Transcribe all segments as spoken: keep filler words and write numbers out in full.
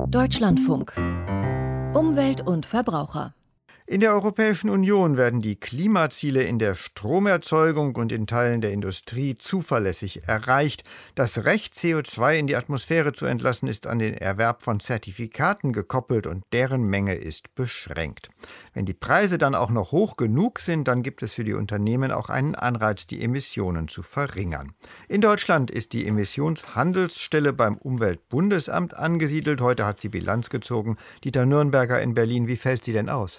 Deutschlandfunk. Umwelt und Verbraucher. In der Europäischen Union werden die Klimaziele in der Stromerzeugung und in Teilen der Industrie zuverlässig erreicht. Das Recht, C O zwei in die Atmosphäre zu entlassen, ist an den Erwerb von Zertifikaten gekoppelt und deren Menge ist beschränkt. Wenn die Preise dann auch noch hoch genug sind, dann gibt es für die Unternehmen auch einen Anreiz, die Emissionen zu verringern. In Deutschland ist die Emissionshandelsstelle beim Umweltbundesamt angesiedelt. Heute hat sie Bilanz gezogen. Dieter Nürnberger in Berlin, wie fällt sie denn aus?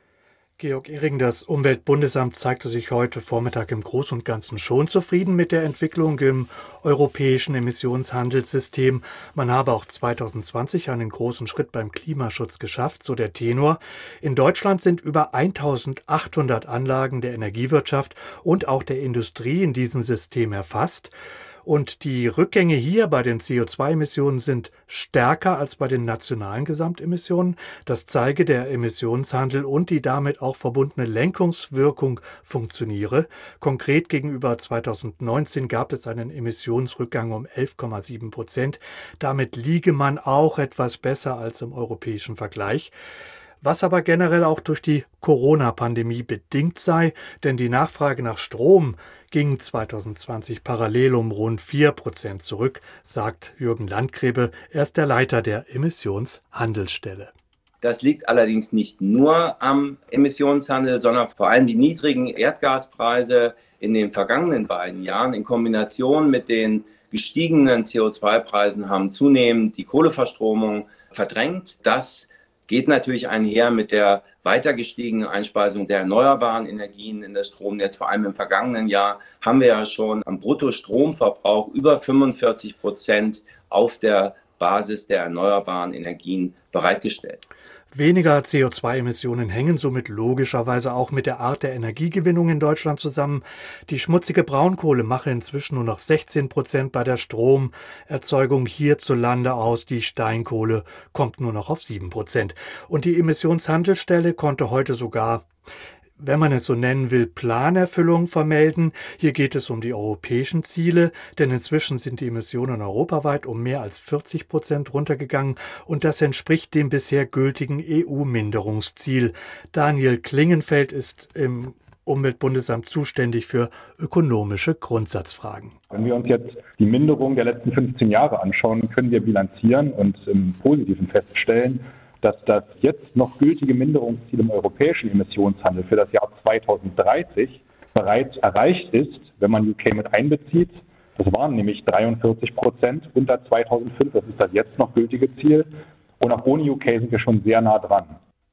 Georg Ehring, das Umweltbundesamt zeigte sich heute Vormittag im Großen und Ganzen schon zufrieden mit der Entwicklung im europäischen Emissionshandelssystem. Man habe auch zwanzig zwanzig einen großen Schritt beim Klimaschutz geschafft, so der Tenor. In Deutschland sind über eintausendachthundert Anlagen der Energiewirtschaft und auch der Industrie in diesem System erfasst. Und die Rückgänge hier bei den C O zwei Emissionen sind stärker als bei den nationalen Gesamtemissionen. Das zeige, der Emissionshandel und die damit auch verbundene Lenkungswirkung funktioniere. Konkret gegenüber zweitausendneunzehn gab es einen Emissionsrückgang um elf Komma sieben Prozent. Damit liege man auch etwas besser als im europäischen Vergleich. Was aber generell auch durch die Corona-Pandemie bedingt sei, denn die Nachfrage nach Strom ging zwanzig zwanzig parallel um rund vier Prozent zurück, sagt Jürgen Landgrebe. Er ist der Leiter der Emissionshandelsstelle. Das liegt allerdings nicht nur am Emissionshandel, sondern vor allem die niedrigen Erdgaspreise in den vergangenen beiden Jahren in Kombination mit den gestiegenen C O zwei Preisen haben zunehmend die Kohleverstromung verdrängt. Das geht natürlich einher mit der weiter gestiegenen Einspeisung der erneuerbaren Energien in das Stromnetz. Vor allem im vergangenen Jahr haben wir ja schon am Bruttostromverbrauch über fünfundvierzig Prozent auf der Basis der erneuerbaren Energien bereitgestellt. Weniger C O zwei Emissionen hängen somit logischerweise auch mit der Art der Energiegewinnung in Deutschland zusammen. Die schmutzige Braunkohle mache inzwischen nur noch sechzehn Prozent bei der Stromerzeugung hierzulande aus. Die Steinkohle kommt nur noch auf sieben Prozent. Und die Emissionshandelsstelle konnte heute sogar, wenn man es so nennen will, Planerfüllung vermelden. Hier geht es um die europäischen Ziele, denn inzwischen sind die Emissionen europaweit um mehr als vierzig Prozent runtergegangen und das entspricht dem bisher gültigen E U-Minderungsziel. Daniel Klingenfeld ist im Umweltbundesamt zuständig für ökonomische Grundsatzfragen. Wenn wir uns jetzt die Minderung der letzten fünfzehn Jahre anschauen, können wir bilanzieren und im Positiven feststellen, dass das jetzt noch gültige Minderungsziel im europäischen Emissionshandel für das Jahr zweitausenddreißig bereits erreicht ist, wenn man U K mit einbezieht. Das waren nämlich dreiundvierzig Prozent unter zweitausendfünf, das ist das jetzt noch gültige Ziel. Und auch ohne U K sind wir schon sehr nah dran.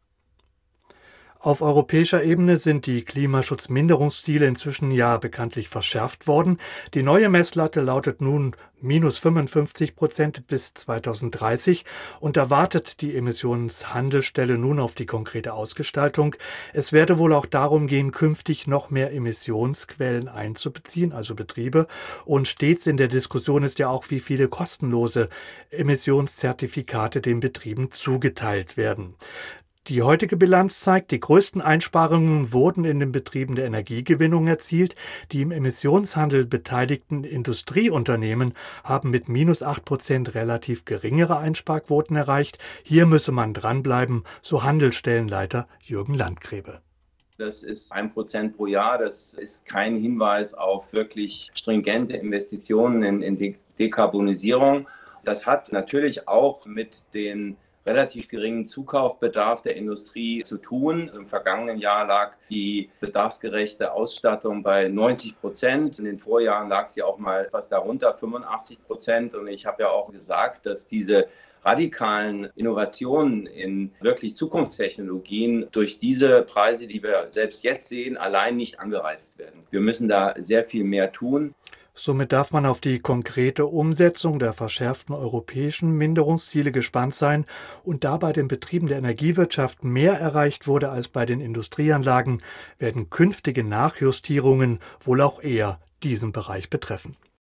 Auf europäischer Ebene sind die Klimaschutzminderungsziele inzwischen ja bekanntlich verschärft worden. Die neue Messlatte lautet nun minus fünfundfünfzig Prozent bis zweitausenddreißig und da wartet die Emissionshandelsstelle nun auf die konkrete Ausgestaltung. Es werde wohl auch darum gehen, künftig noch mehr Emissionsquellen einzubeziehen, also Betriebe. Und stets in der Diskussion ist ja auch, wie viele kostenlose Emissionszertifikate den Betrieben zugeteilt werden. Die heutige Bilanz zeigt, die größten Einsparungen wurden in den Betrieben der Energiegewinnung erzielt. Die im Emissionshandel beteiligten Industrieunternehmen haben mit minus acht Prozent relativ geringere Einsparquoten erreicht. Hier müsse man dranbleiben, so Handelsstellenleiter Jürgen Landgrebe. Das ist ein Prozent pro Jahr. Das ist kein Hinweis auf wirklich stringente Investitionen in, in die Dekarbonisierung. Das hat natürlich auch mit den relativ geringen Zukaufbedarf der Industrie zu tun. Im vergangenen Jahr lag die bedarfsgerechte Ausstattung bei neunzig Prozent. In den Vorjahren lag sie auch mal etwas darunter, fünfundachtzig Prozent. Und ich habe ja auch gesagt, dass diese radikalen Innovationen in wirklich Zukunftstechnologien durch diese Preise, die wir selbst jetzt sehen, allein nicht angereizt werden. Wir müssen da sehr viel mehr tun. Somit darf man auf die konkrete Umsetzung der verschärften europäischen Minderungsziele gespannt sein. Und da bei den Betrieben der Energiewirtschaft mehr erreicht wurde als bei den Industrieanlagen, werden künftige Nachjustierungen wohl auch eher diesen Bereich betreffen.